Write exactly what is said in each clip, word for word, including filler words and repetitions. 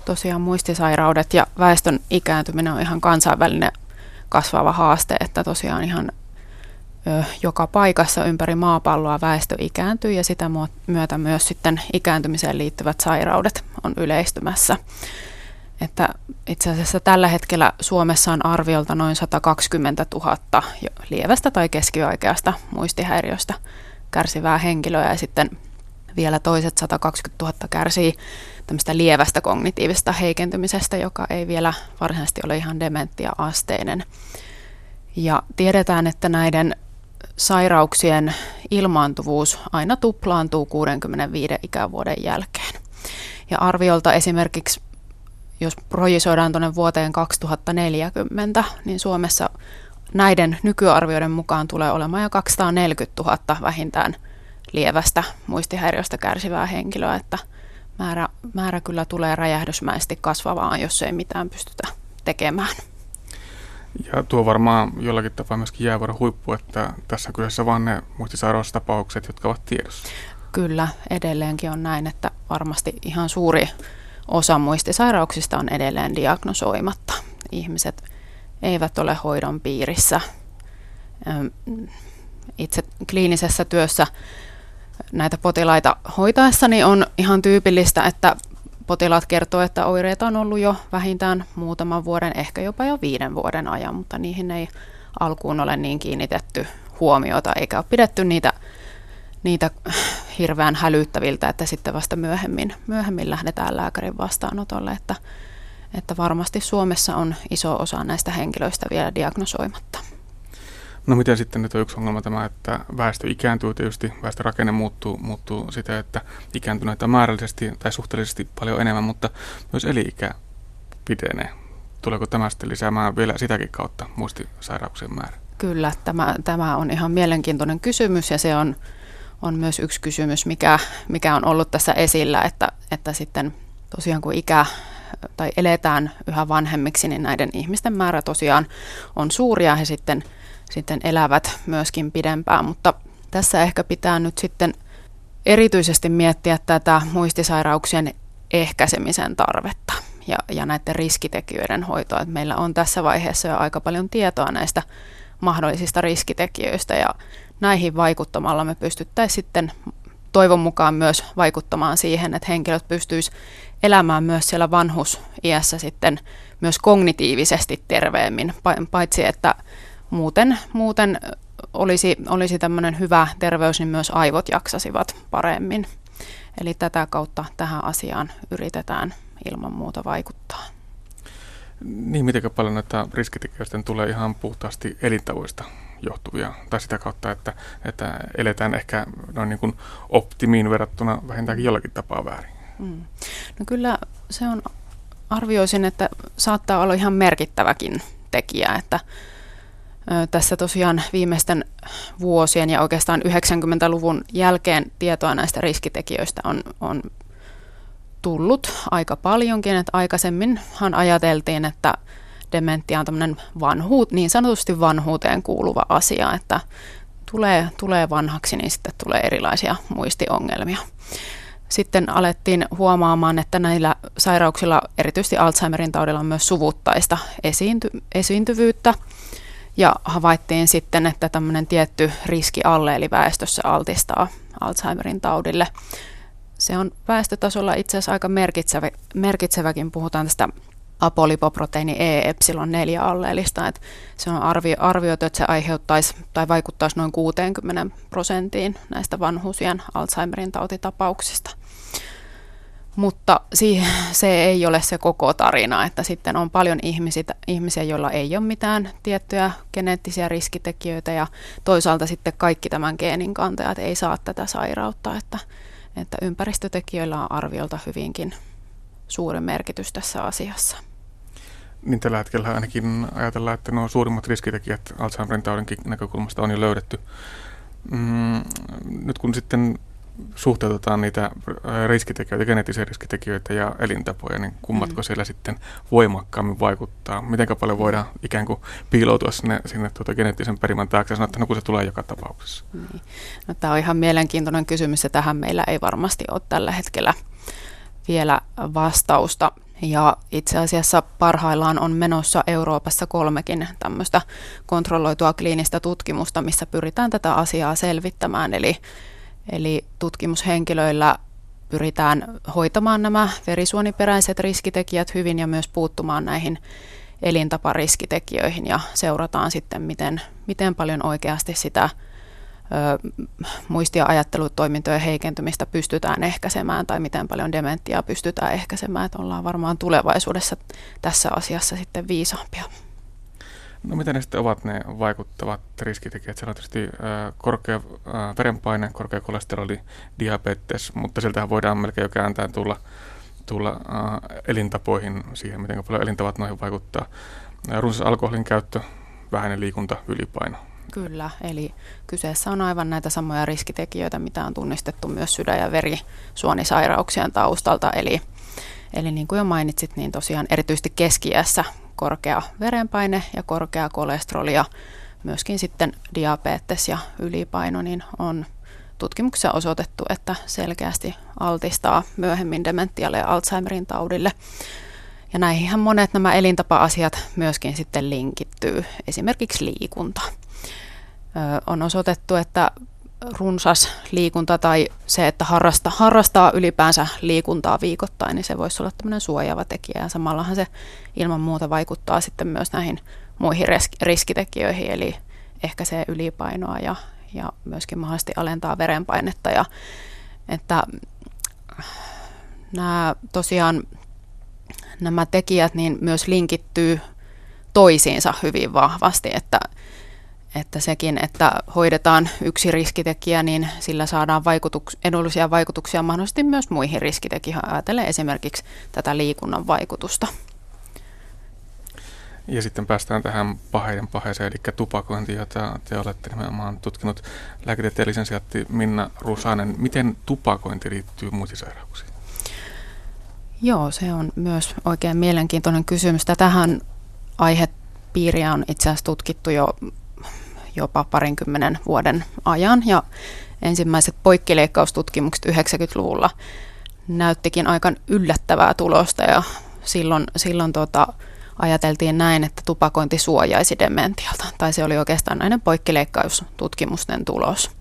tosiaan muistisairaudet ja väestön ikääntyminen on ihan kansainvälinen kasvava haaste, että tosiaan ihan ö, joka paikassa ympäri maapalloa väestö ikääntyy ja sitä myötä myös sitten ikääntymiseen liittyvät sairaudet on yleistymässä. Että itse asiassa tällä hetkellä Suomessa on arviolta noin sata kaksikymmentätuhatta lievästä tai keskivaikeasta muistihäiriöstä kärsivää henkilöä ja sitten vielä toiset sata kaksikymmentätuhatta kärsii tämmöistä lievästä kognitiivisesta heikentymisestä, joka ei vielä varsinaisesti ole ihan dementia-asteinen. Ja tiedetään, että näiden sairauksien ilmaantuvuus aina tuplaantuu kuudenkymmenenviiden ikävuoden jälkeen. Ja arviolta esimerkiksi, jos projisoidaan tuonne vuoteen kaksituhattaneljäkymmentä, niin Suomessa näiden nykyarvioiden mukaan tulee olemaan jo kaksisataaneljäkymmentätuhatta vähintään lievästä muistihäiriöstä kärsivää henkilöä, että määrä, määrä kyllä tulee räjähdysmäisesti kasvavaan, jos ei mitään pystytä tekemään. Ja tuo varmaan jollakin tapaa myöskin jäävuoren huippu, että tässä kyseessä vaan ne muistisairaustapaukset, jotka ovat tiedossa. Kyllä, edelleenkin on näin, että varmasti ihan suuri osa muistisairauksista on edelleen diagnosoimatta. Ihmiset eivät ole hoidon piirissä. Itse kliinisessä työssä näitä potilaita hoitaessani on ihan tyypillistä, että potilaat kertoo, että oireita on ollut jo vähintään muutaman vuoden, ehkä jopa jo viiden vuoden ajan, mutta niihin ei alkuun ole niin kiinnitetty huomiota, eikä ole pidetty niitä, niitä hirveän hälyttäviltä, että sitten vasta myöhemmin, myöhemmin lähdetään lääkärin vastaanotolle, että, että varmasti Suomessa on iso osa näistä henkilöistä vielä diagnosoimatta. No miten sitten nyt on yksi ongelma tämä, että väestö ikääntyy tietysti, väestörakenne muuttuu, muuttuu sitä, että ikääntyneitä määrällisesti tai suhteellisesti paljon enemmän, mutta myös eli-ikä pitenee. Tuleeko tämä sitten lisäämään vielä sitäkin kautta muistisairauksien määrä? Kyllä, tämä, tämä on ihan mielenkiintoinen kysymys ja se on, on myös yksi kysymys, mikä, mikä on ollut tässä esillä, että, että sitten tosiaan kun ikä tai eletään yhä vanhemmiksi, niin näiden ihmisten määrä tosiaan on suuri ja he sitten sitten elävät myöskin pidempään, mutta tässä ehkä pitää nyt sitten erityisesti miettiä tätä muistisairauksien ehkäisemisen tarvetta ja, ja näiden riskitekijöiden hoitoa. Että meillä on tässä vaiheessa jo aika paljon tietoa näistä mahdollisista riskitekijöistä ja näihin vaikuttamalla me pystyttäisiin sitten toivon mukaan myös vaikuttamaan siihen, että henkilöt pystyisivät elämään myös siellä vanhusiässä sitten myös kognitiivisesti terveemmin, paitsi että Muuten, muuten olisi, olisi tämmöinen hyvä terveys, niin myös aivot jaksasivat paremmin. Eli tätä kautta tähän asiaan yritetään ilman muuta vaikuttaa. Niin, miten paljon näitä riskitekijöistä tulee ihan puhtaasti elintavoista johtuvia, tai sitä kautta, että, että eletään ehkä noin niin kuin optimiin verrattuna vähintäänkin jollakin tapaa väärin? Mm. No kyllä se on, arvioisin, että saattaa olla ihan merkittäväkin tekijä, että tässä tosiaan viimeisten vuosien ja oikeastaan yhdeksänkymmentäluvun jälkeen tietoa näistä riskitekijöistä on, on tullut aika paljonkin. Että aikaisemminhan ajateltiin, että dementia on tämmöinen vanhuut, niin sanotusti vanhuuteen kuuluva asia, että tulee, tulee vanhaksi, niin sitten tulee erilaisia muistiongelmia. Sitten alettiin huomaamaan, että näillä sairauksilla, erityisesti Alzheimerin taudilla, on myös suvuttaista esiinty, esiintyvyyttä. Ja havaittiin sitten, että tämmöinen tietty riskialleeli väestössä altistaa Alzheimerin taudille. Se on väestötasolla itse asiassa aika merkitsevä, merkitseväkin. Puhutaan tästä apolipoproteiini E epsilon neljä alleelista. Että se on arvio, arvioitu, että se aiheuttaisi tai vaikuttaisi noin kuuteenkymmeneen prosenttiin näistä vanhuusien Alzheimerin tautitapauksista. Mutta se ei ole se koko tarina, että sitten on paljon ihmisiä, ihmisiä, joilla ei ole mitään tiettyjä geneettisiä riskitekijöitä ja toisaalta sitten kaikki tämän geenin kantajat ei saa tätä sairautta, että, että ympäristötekijöillä on arviolta hyvinkin suuri merkitys tässä asiassa. Niin tällä hetkellä ainakin ajatellaan, että nuo suurimmat riskitekijät Alzheimerin taudinkin näkökulmasta on jo löydetty. Mm, nyt kun sitten suhteutetaan niitä riskitekijöitä, geneettisiä riskitekijöitä ja elintapoja, niin kummatko mm. siellä sitten voimakkaammin vaikuttaa? Miten paljon voidaan ikään kuin piiloutua sinne, sinne tuota geneettisen perimän taakse ja sanoa, että no kun se tulee joka tapauksessa? Niin. No, tämä on ihan mielenkiintoinen kysymys ja tähän meillä ei varmasti ole tällä hetkellä vielä vastausta. Ja itse asiassa parhaillaan on menossa Euroopassa kolmekin tämmöistä kontrolloitua kliinistä tutkimusta, missä pyritään tätä asiaa selvittämään. Eli, eli tutkimushenkilöillä pyritään hoitamaan nämä verisuoniperäiset riskitekijät hyvin ja myös puuttumaan näihin elintapariskitekijöihin ja seurataan sitten, miten, miten paljon oikeasti sitä ö, muisti- ja ajattelutoimintojen heikentymistä pystytään ehkäisemään tai miten paljon dementiaa pystytään ehkäisemään, että ollaan varmaan tulevaisuudessa tässä asiassa sitten viisaampia. No mitä ne sitten ovat ne vaikuttavat riskitekijät? Siellä on tietysti äh, korkea äh, verenpaine, korkea kolesteroli, diabetes, mutta sieltähän voidaan melkein jo kääntää tulla, tulla äh, elintapoihin, siihen miten paljon elintavat noihin vaikuttaa. Äh, runsas alkoholin käyttö, vähäinen liikunta, ylipaino. Kyllä, eli kyseessä on aivan näitä samoja riskitekijöitä, mitä on tunnistettu myös sydän- ja verisuonisairauksien taustalta. Eli, eli niin kuin jo mainitsit, niin tosiaan erityisesti keski-iässä korkea verenpaine ja korkea kolesteroli ja myöskin sitten diabetes ja ylipaino niin on tutkimuksessa osoitettu, että selkeästi altistaa myöhemmin dementialle ja Alzheimerin taudille. Ja näihinhän monet nämä elintapa-asiat myöskin sitten linkittyy, esimerkiksi liikunta. Ö, on osoitettu, että runsas liikunta tai se, että harrastaa, harrastaa ylipäänsä liikuntaa viikoittain, niin se voisi olla tämmöinen suojaava tekijä. Ja samallahan se ilman muuta vaikuttaa sitten myös näihin muihin riskitekijöihin, eli ehkäisee ylipainoa ja, ja myöskin mahdollisesti alentaa verenpainetta. Ja, että nämä tosiaan nämä tekijät niin myös linkittyy toisiinsa hyvin vahvasti, että Että sekin, että hoidetaan yksi riskitekijä, niin sillä saadaan vaikutuks- edullisia vaikutuksia mahdollisesti myös muihin riskitekijöihin. Ajatellen esimerkiksi tätä liikunnan vaikutusta. Ja sitten päästään tähän paheiden paheeseen, eli tupakointiin, jota te olette nimenomaan tutkinut. Lääketieteen lisensiaatti Minna Rusanen, miten tupakointi liittyy muistisairauksiin? Joo, se on myös oikein mielenkiintoinen kysymys. Tähän aihepiiriä on itse asiassa tutkittu jo jopa parinkymmenen vuoden ajan, ja ensimmäiset poikkileikkaustutkimukset yhdeksänkymmentäluvulla näyttikin aika yllättävää tulosta, ja silloin, silloin tota, ajateltiin näin, että tupakointi suojaisi dementialta, tai se oli oikeastaan näiden poikkileikkaustutkimusten tulos.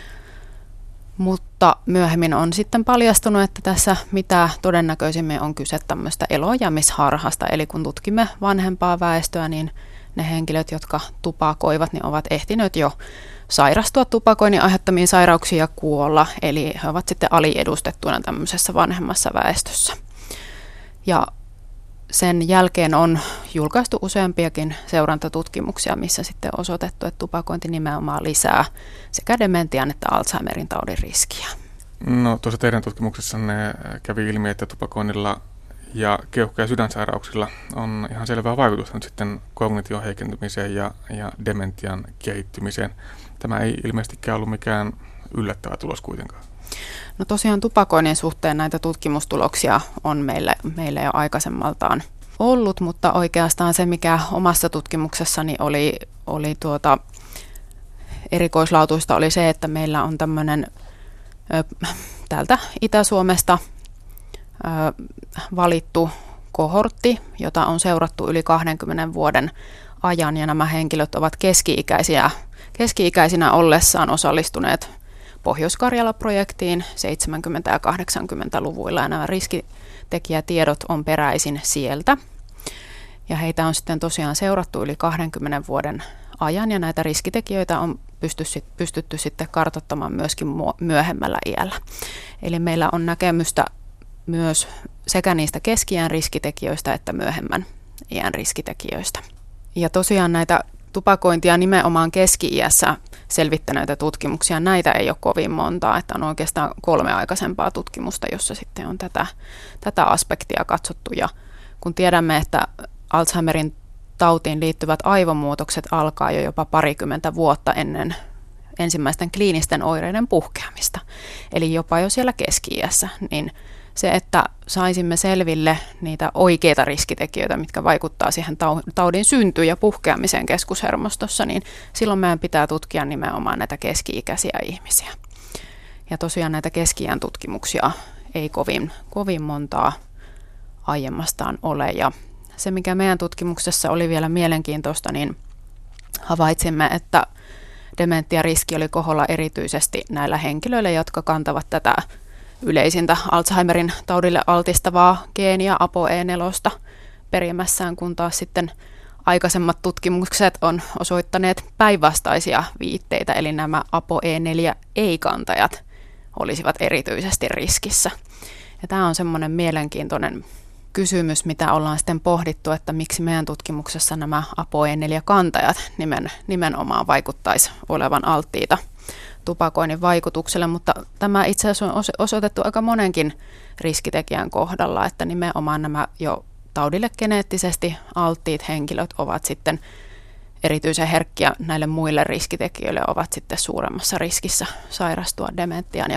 Mutta myöhemmin on sitten paljastunut, että tässä mitä todennäköisimmin on kyse tämmöistä elojamisharhasta, eli kun tutkimme vanhempaa väestöä, niin ne henkilöt, jotka tupakoivat, niin ovat ehtineet jo sairastua tupakoinnin aiheuttamiin sairauksiin ja kuolla, eli he ovat sitten aliedustettuina tämmöisessä vanhemmassa väestössä. Ja sen jälkeen on julkaistu useampiakin seurantatutkimuksia, missä sitten on osoitettu, että tupakointi nimenomaan lisää sekä dementian että Alzheimerin taudin riskiä. No tuossa teidän tutkimuksessanne kävi ilmi, että tupakoinnilla ja keuhko- ja sydänsairauksilla on ihan selvää vaikutusta nyt sitten kognition heikentymiseen ja, ja dementian kehittymiseen. Tämä ei ilmeisestikään ollut mikään yllättävä tulos kuitenkaan. No tosiaan tupakoinnin suhteen näitä tutkimustuloksia on meillä, meillä jo aikaisemmaltaan ollut, mutta oikeastaan se, mikä omassa tutkimuksessani oli, oli tuota, erikoislaatuista, oli se, että meillä on tämmöinen ö, täältä Itä-Suomesta ö, valittu kohortti, jota on seurattu yli kahdenkymmenen vuoden ajan, ja nämä henkilöt ovat keski-ikäisiä, keski-ikäisinä ollessaan osallistuneet Pohjois-Karjala-projektiin seitsemänkymmentä- ja kahdeksankymmentäluvuilla, ja nämä riskitekijätiedot on peräisin sieltä. Ja heitä on sitten tosiaan seurattu yli kahdenkymmenen vuoden ajan, ja näitä riskitekijöitä on pystytty, pystytty sitten kartoittamaan myöskin myöhemmällä iällä. Eli meillä on näkemystä myös sekä niistä keski-iän riskitekijöistä että myöhemmän iän riskitekijöistä. Ja tosiaan näitä tupakointia nimenomaan keski-iässä selvittäneitä tutkimuksia, näitä ei ole kovin montaa, että on oikeastaan kolme aikaisempaa tutkimusta, jossa sitten on tätä, tätä aspektia katsottu. Ja kun tiedämme, että Alzheimerin tautiin liittyvät aivomuutokset alkaa jo jopa parikymmentä vuotta ennen ensimmäisten kliinisten oireiden puhkeamista, eli jopa jo siellä keski-iässä, niin se, että saisimme selville niitä oikeita riskitekijöitä, mitkä vaikuttaa siihen taudin syntyyn ja puhkeamiseen keskushermostossa, niin silloin meidän pitää tutkia nimenomaan näitä keski-ikäisiä ihmisiä. Ja tosiaan näitä keski-iän tutkimuksia ei kovin, kovin montaa aiemmastaan ole. Ja se, mikä meidän tutkimuksessa oli vielä mielenkiintoista, niin havaitsimme, että dementiariski oli koholla erityisesti näillä henkilöillä, jotka kantavat tätä yleisintä Alzheimerin taudille altistavaa geeniä A P O E neljä perimässään, kun taas sitten aikaisemmat tutkimukset on osoittaneet päinvastaisia viitteitä, eli nämä A P O E neljä ei-kantajat olisivat erityisesti riskissä. Ja tämä on semmoinen mielenkiintoinen kysymys, mitä ollaan sitten pohdittu, että miksi meidän tutkimuksessa nämä A P O E neljä kantajat nimen, nimenomaan vaikuttaisi olevan alttiita tupakoinnin vaikutukselle, mutta tämä itse asiassa on osoitettu aika monenkin riskitekijän kohdalla, että nimenomaan nämä jo taudille geneettisesti alttiit henkilöt ovat sitten erityisen herkkiä näille muille riskitekijöille, ovat sitten suuremmassa riskissä sairastua dementiaan. Ja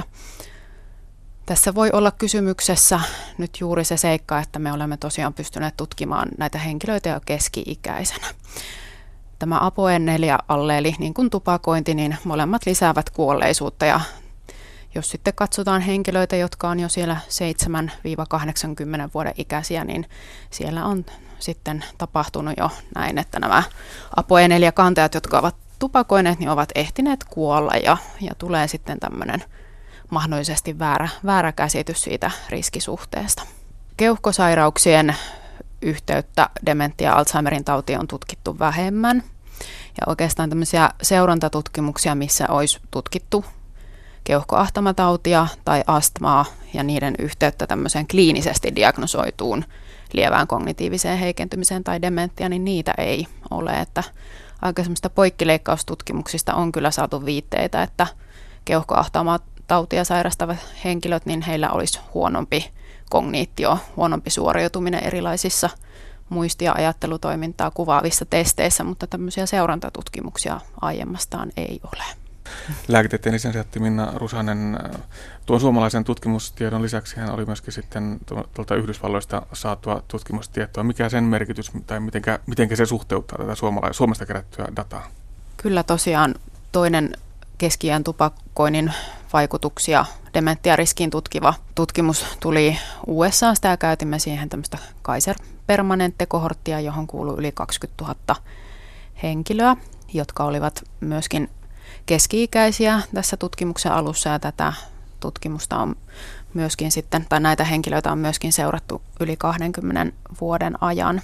tässä voi olla kysymyksessä nyt juuri se seikka, että me olemme tosiaan pystyneet tutkimaan näitä henkilöitä jo keski-ikäisenä. Tämä A P O E neljä alleeli, niin kuin tupakointi, niin molemmat lisäävät kuolleisuutta. Ja jos sitten katsotaan henkilöitä, jotka on jo siellä seitsemästä kahdeksankymmeneen vuoden ikäisiä, niin siellä on sitten tapahtunut jo näin, että nämä A P O E neljä kantajat, jotka ovat tupakoineet, niin ovat ehtineet kuolla ja, ja tulee sitten tämmöinen mahdollisesti väärä, väärä käsitys siitä riskisuhteesta. Keuhkosairauksien yhteyttä dementia ja Alzheimerin tautiin on tutkittu vähemmän. Ja oikeastaan tämmöisiä seurantatutkimuksia, missä olisi tutkittu keuhkoahtamatautia tai astmaa ja niiden yhteyttä tämmöiseen kliinisesti diagnosoituun lievään kognitiiviseen heikentymiseen tai dementiaan, niin niitä ei ole. Että aikaisemmista poikkileikkaustutkimuksista on kyllä saatu viitteitä, että keuhkoahtamatautia sairastavat henkilöt, niin heillä olisi huonompi kognitio, huonompi suoriutuminen erilaisissa muisti- ja ajattelutoimintaa kuvaavissa testeissä, mutta tämmöisiä seurantatutkimuksia aiemmastaan ei ole. Lääketieteen lisensiaatti Minna Rusanen, tuon suomalaisen tutkimustiedon lisäksi hän oli myöskin sitten tuolta Yhdysvalloista saatua tutkimustietoa. Mikä sen merkitys tai mitenkä, mitenkä se suhteuttaa tätä Suomesta kerättyä dataa? Kyllä tosiaan toinen keski-iän tupakoinnin vaikutuksia dementiariskiin tutkiva tutkimus tuli U S A:sta ja käytimme siihen tämmöistä Kaiser Permanente-kohorttia, johon kuului yli kaksikymmentätuhatta henkilöä, jotka olivat myöskin keski-ikäisiä tässä tutkimuksen alussa, ja tätä tutkimusta on myöskin sitten, tai näitä henkilöitä on myöskin seurattu yli kahdenkymmenen vuoden ajan.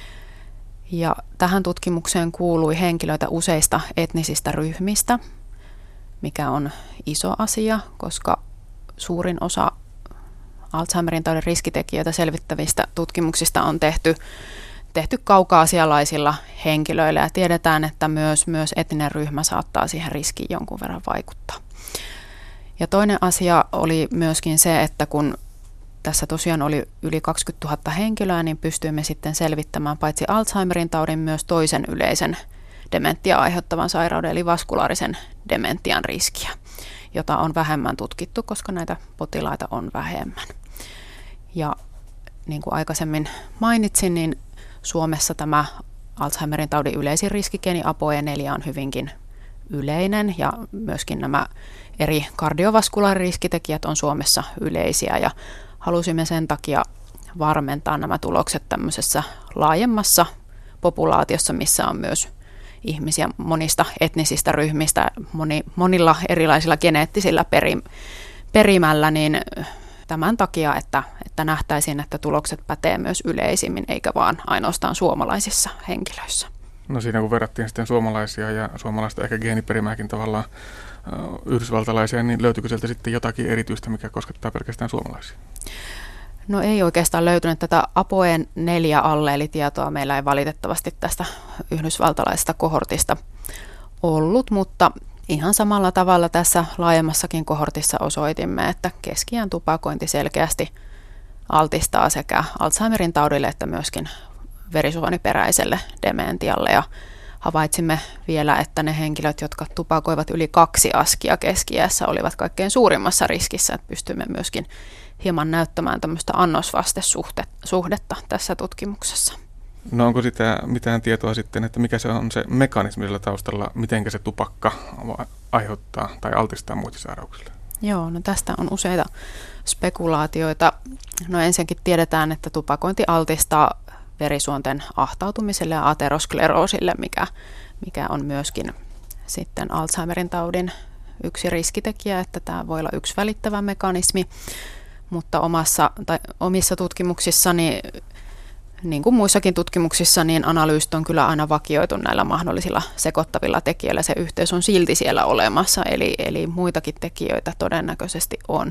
Ja tähän tutkimukseen kuului henkilöitä useista etnisistä ryhmistä, mikä on iso asia, koska suurin osa Alzheimerin taudin riskitekijöitä selvittävistä tutkimuksista on tehty, tehty kaukaasialaisilla henkilöillä, ja tiedetään, että myös, myös etninen ryhmä saattaa siihen riskiin jonkun verran vaikuttaa. Ja toinen asia oli myöskin se, että kun tässä tosiaan oli yli kaksikymmentätuhatta henkilöä, niin pystyimme sitten selvittämään paitsi Alzheimerin taudin myös toisen yleisen dementiaa aiheuttavan sairauden, eli vaskulaarisen dementian riskiä, jota on vähemmän tutkittu, koska näitä potilaita on vähemmän. Ja niin kuin aikaisemmin mainitsin, niin Suomessa tämä Alzheimerin taudin yleisin riskigeeni A P O E neljä on hyvinkin yleinen, ja myöskin nämä eri kardiovaskulaaririskitekijät on Suomessa yleisiä, ja halusimme sen takia varmentaa nämä tulokset tämmöisessä laajemmassa populaatiossa, missä on myös ihmisiä monista etnisistä ryhmistä, moni, monilla erilaisilla geneettisillä perim, perimällä, niin tämän takia, että, että nähtäisiin, että tulokset pätee myös yleisimmin, eikä vaan ainoastaan suomalaisissa henkilöissä. No siinä kun verrattiin sitten suomalaisia ja suomalaista ehkä geeniperimääkin tavallaan yhdysvaltalaisia, niin löytyykö sieltä sitten jotakin erityistä, mikä koskettaa pelkästään suomalaisia? No ei oikeastaan löytynyt tätä A P O E neljä alleelitietoa. Meillä ei valitettavasti tästä yhdysvaltalaisesta kohortista ollut, mutta ihan samalla tavalla tässä laajemmassakin kohortissa osoitimme, että keski-iän tupakointi selkeästi altistaa sekä Alzheimerin taudille että myöskin verisuoniperäiselle dementialle. Ja havaitsimme vielä, että ne henkilöt, jotka tupakoivat yli kaksi askia keski-iässä, olivat kaikkein suurimmassa riskissä, että pystymme myöskin hieman näyttämään tämmöistä annosvastesuhdetta tässä tutkimuksessa. No onko sitä mitään tietoa sitten, että mikä se on se mekanismi sillä taustalla, miten se tupakka aiheuttaa tai altistaa muistisairauksille? Joo, no tästä on useita spekulaatioita. No ensinnäkin tiedetään, että tupakointi altistaa verisuonten ahtautumiselle ja ateroskleroosille, mikä, mikä on myöskin sitten Alzheimerin taudin yksi riskitekijä, että tämä voi olla yksi välittävä mekanismi, mutta omassa, tai omissa tutkimuksissani, niin kuin muissakin tutkimuksissa, niin analyysit on kyllä aina vakioitu näillä mahdollisilla sekoittavilla tekijöillä. Se yhteys on silti siellä olemassa, eli, eli muitakin tekijöitä todennäköisesti on.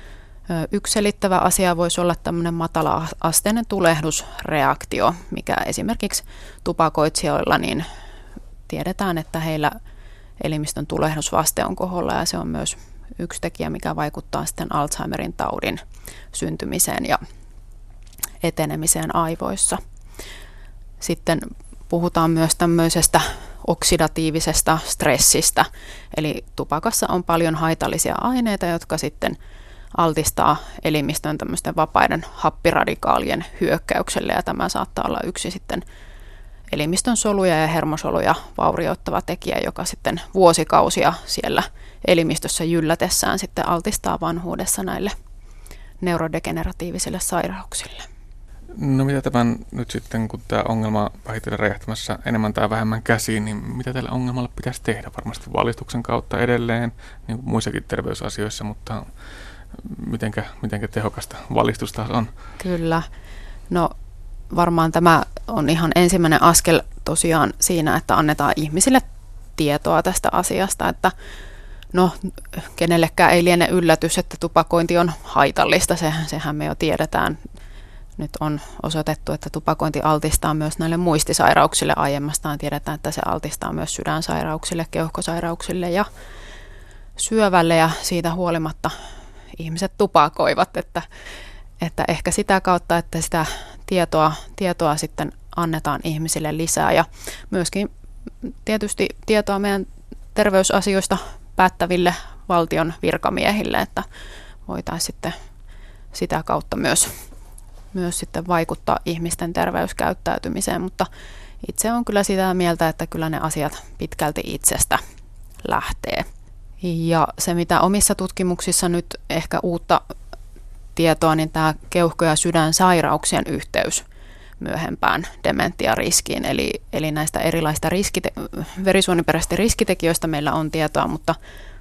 Yksi selittävä asia voisi olla tämmöinen matala-asteinen tulehdusreaktio, mikä esimerkiksi tupakoitsijoilla niin tiedetään, että heillä elimistön tulehdusvaste on koholla ja se on myös yksi tekijä, mikä vaikuttaa sitten Alzheimerin taudin syntymiseen ja etenemiseen aivoissa. Sitten puhutaan myös tämmöisestä oksidatiivisesta stressistä, eli tupakassa on paljon haitallisia aineita, jotka sitten altistaa elimistön tämmöisten vapaiden happiradikaalien hyökkäykselle, ja tämä saattaa olla yksi sitten elimistön soluja ja hermosoluja vaurioittava tekijä, joka sitten vuosikausia siellä elimistössä jyllätessään sitten altistaa vanhuudessa näille neurodegeneratiivisille sairauksille. No mitä tämän nyt sitten, kun tämä ongelma vähitellen räjähtämässä enemmän tai vähemmän käsiin, niin mitä tälle ongelmalle pitäisi tehdä? Varmasti valistuksen kautta edelleen, niin kuin muissakin terveysasioissa, mutta mitenkä, mitenkä tehokasta valistusta on? Kyllä. No varmaan tämä on ihan ensimmäinen askel tosiaan siinä, että annetaan ihmisille tietoa tästä asiasta, että no kenellekään ei liene yllätys, että tupakointi on haitallista, sehän, sehän me jo tiedetään. Nyt on osoitettu, että tupakointi altistaa myös näille muistisairauksille. Aiemmastaan tiedetään, että se altistaa myös sydänsairauksille, keuhkosairauksille ja syövälle, ja siitä huolimatta ihmiset tupakoivat, että, että ehkä sitä kautta, että sitä tietoa, tietoa sitten annetaan ihmisille lisää ja myöskin tietysti tietoa meidän terveysasioista päättäville valtion virkamiehille, että voitaisiin sitten sitä kautta myös, myös sitten vaikuttaa ihmisten terveyskäyttäytymiseen, mutta itse on kyllä sitä mieltä, että kyllä ne asiat pitkälti itsestä lähtee. Ja se, mitä omissa tutkimuksissa nyt ehkä uutta tietoa, niin tämä keuhko- ja sydänsairauksien yhteys myöhempään dementiariskiin. Eli, eli näistä erilaisista riskite- verisuoniperäisistä riskitekijöistä meillä on tietoa, mutta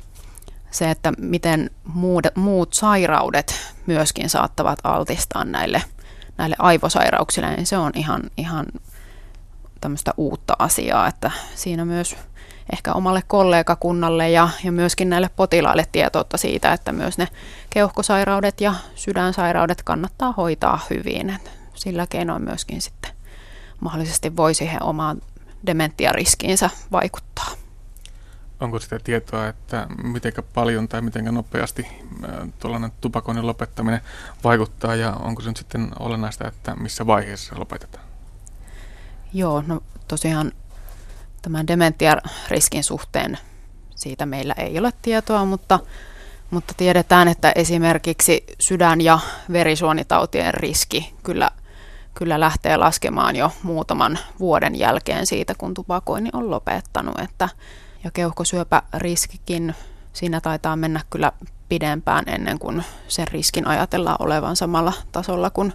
se, että miten muut, muut sairaudet myöskin saattavat altistaa näille, näille aivosairauksille, niin se on ihan, ihan tämmöistä uutta asiaa, että siinä myös ehkä omalle kollegakunnalle ja, ja myöskin näille potilaille tietoutta siitä, että myös ne keuhkosairaudet ja sydänsairaudet kannattaa hoitaa hyvin. Et sillä keinoin myöskin sitten mahdollisesti voi siihen omaan dementiariskiinsä vaikuttaa. Onko sitä tietoa, että miten paljon tai miten nopeasti tuollainen tupakoinnin lopettaminen vaikuttaa, ja onko se nyt sitten olennaista, että missä vaiheessa lopetetaan? Joo, no tosiaan tämän dementiariskin suhteen siitä meillä ei ole tietoa, mutta, mutta tiedetään, että esimerkiksi sydän- ja verisuonitautien riski kyllä, kyllä lähtee laskemaan jo muutaman vuoden jälkeen siitä, kun tupakoinnin on lopettanut. Että, ja keuhkosyöpäriskikin, siinä taitaa mennä kyllä pidempään ennen kuin sen riskin ajatellaan olevan samalla tasolla kuin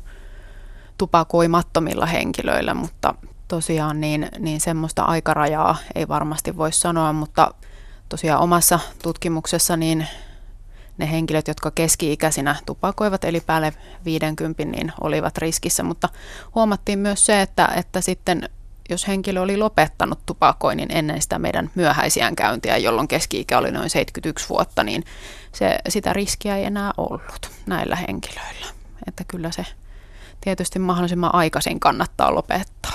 tupakoimattomilla henkilöillä, mutta tosiaan niin, niin semmoista aikarajaa ei varmasti voi sanoa, mutta tosiaan omassa tutkimuksessa niin ne henkilöt, jotka keski-ikäisinä tupakoivat, eli päälle viisikymmentä, niin olivat riskissä, mutta huomattiin myös se, että, että sitten jos henkilö oli lopettanut tupakoinnin ennen sitä meidän myöhäisiän käyntiä, jolloin keski-ikä oli noin seitsemänkymmentäyksi vuotta, niin se, sitä riskiä ei enää ollut näillä henkilöillä. Että kyllä se tietysti mahdollisimman aikaisin kannattaa lopettaa.